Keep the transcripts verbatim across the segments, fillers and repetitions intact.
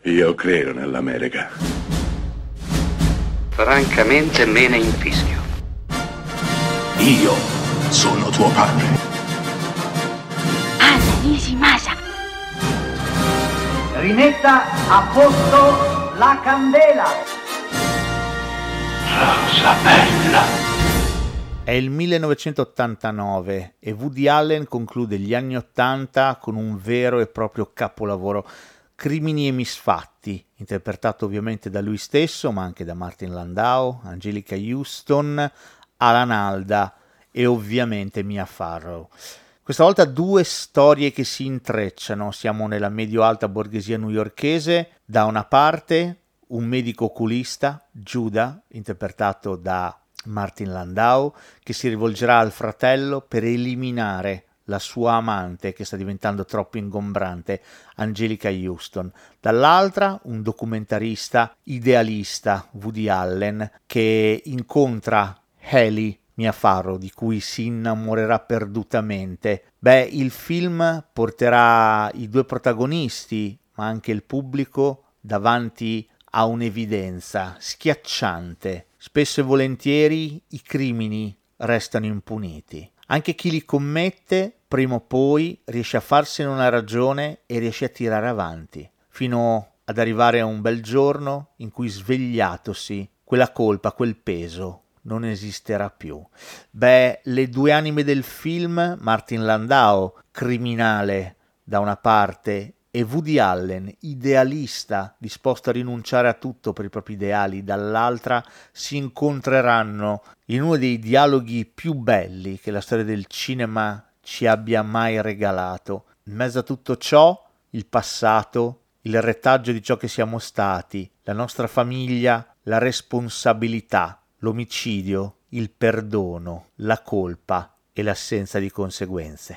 Io credo nell'America. Francamente me ne infischio. Io sono tuo padre. Anna Nishimasa. Rimetta a posto la candela. Rosa bella. È il millenovecentottantanove e Woody Allen conclude gli anni ottanta con un vero e proprio capolavoro, Crimini e misfatti, interpretato ovviamente da lui stesso, ma anche da Martin Landau, Angelica Houston, Alan Alda e ovviamente Mia Farrow. Questa volta due storie che si intrecciano. Siamo nella medio-alta borghesia newyorkese, da una parte un medico oculista, Judah, interpretato da Martin Landau, che si rivolgerà al fratello per eliminare la sua amante che sta diventando troppo ingombrante, Angelica Houston. Dall'altra un documentarista idealista, Woody Allen, che incontra Haley, Mia Farrow, di cui si innamorerà perdutamente. Beh, il film porterà i due protagonisti, ma anche il pubblico, davanti a un'evidenza schiacciante. Spesso e volentieri i crimini restano impuniti. Anche chi li commette, prima o poi, riesce a farsene una ragione e riesce a tirare avanti, fino ad arrivare a un bel giorno in cui, svegliatosi, quella colpa, quel peso non esisterà più. Beh, le due anime del film, Martin Landau, criminale da una parte, e Woody Allen, idealista, disposto a rinunciare a tutto per i propri ideali, dall'altra, si incontreranno in uno dei dialoghi più belli che la storia del cinema ci abbia mai regalato. In mezzo a tutto ciò, il passato, il retaggio di ciò che siamo stati, la nostra famiglia, la responsabilità, l'omicidio, il perdono, la colpa e l'assenza di conseguenze.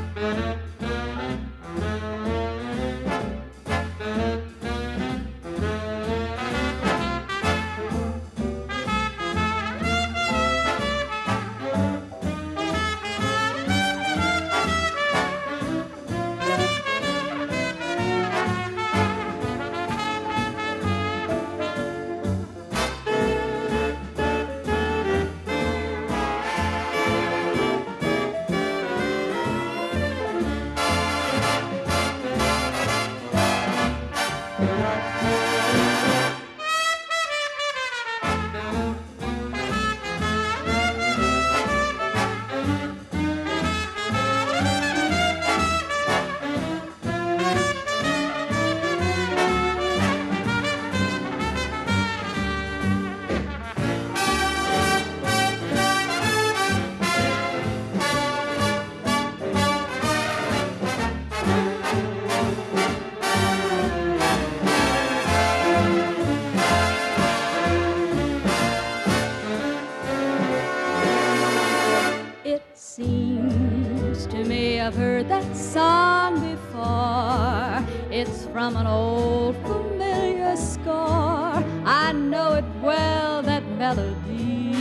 I've heard that song before. It's from an old familiar score. I know it well, that melody.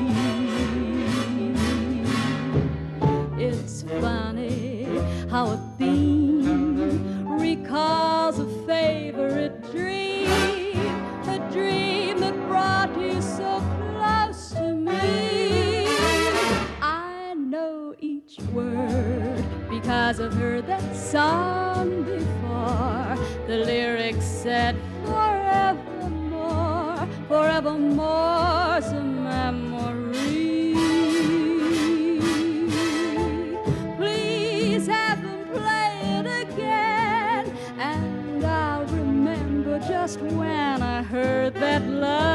It's funny how a theme recalls a favorite dream, a dream that brought you so close to me. I know each word because I've heard that song before. The lyrics said forevermore, forevermore's a memory. Please have them play it again, and I'll remember just when I heard that love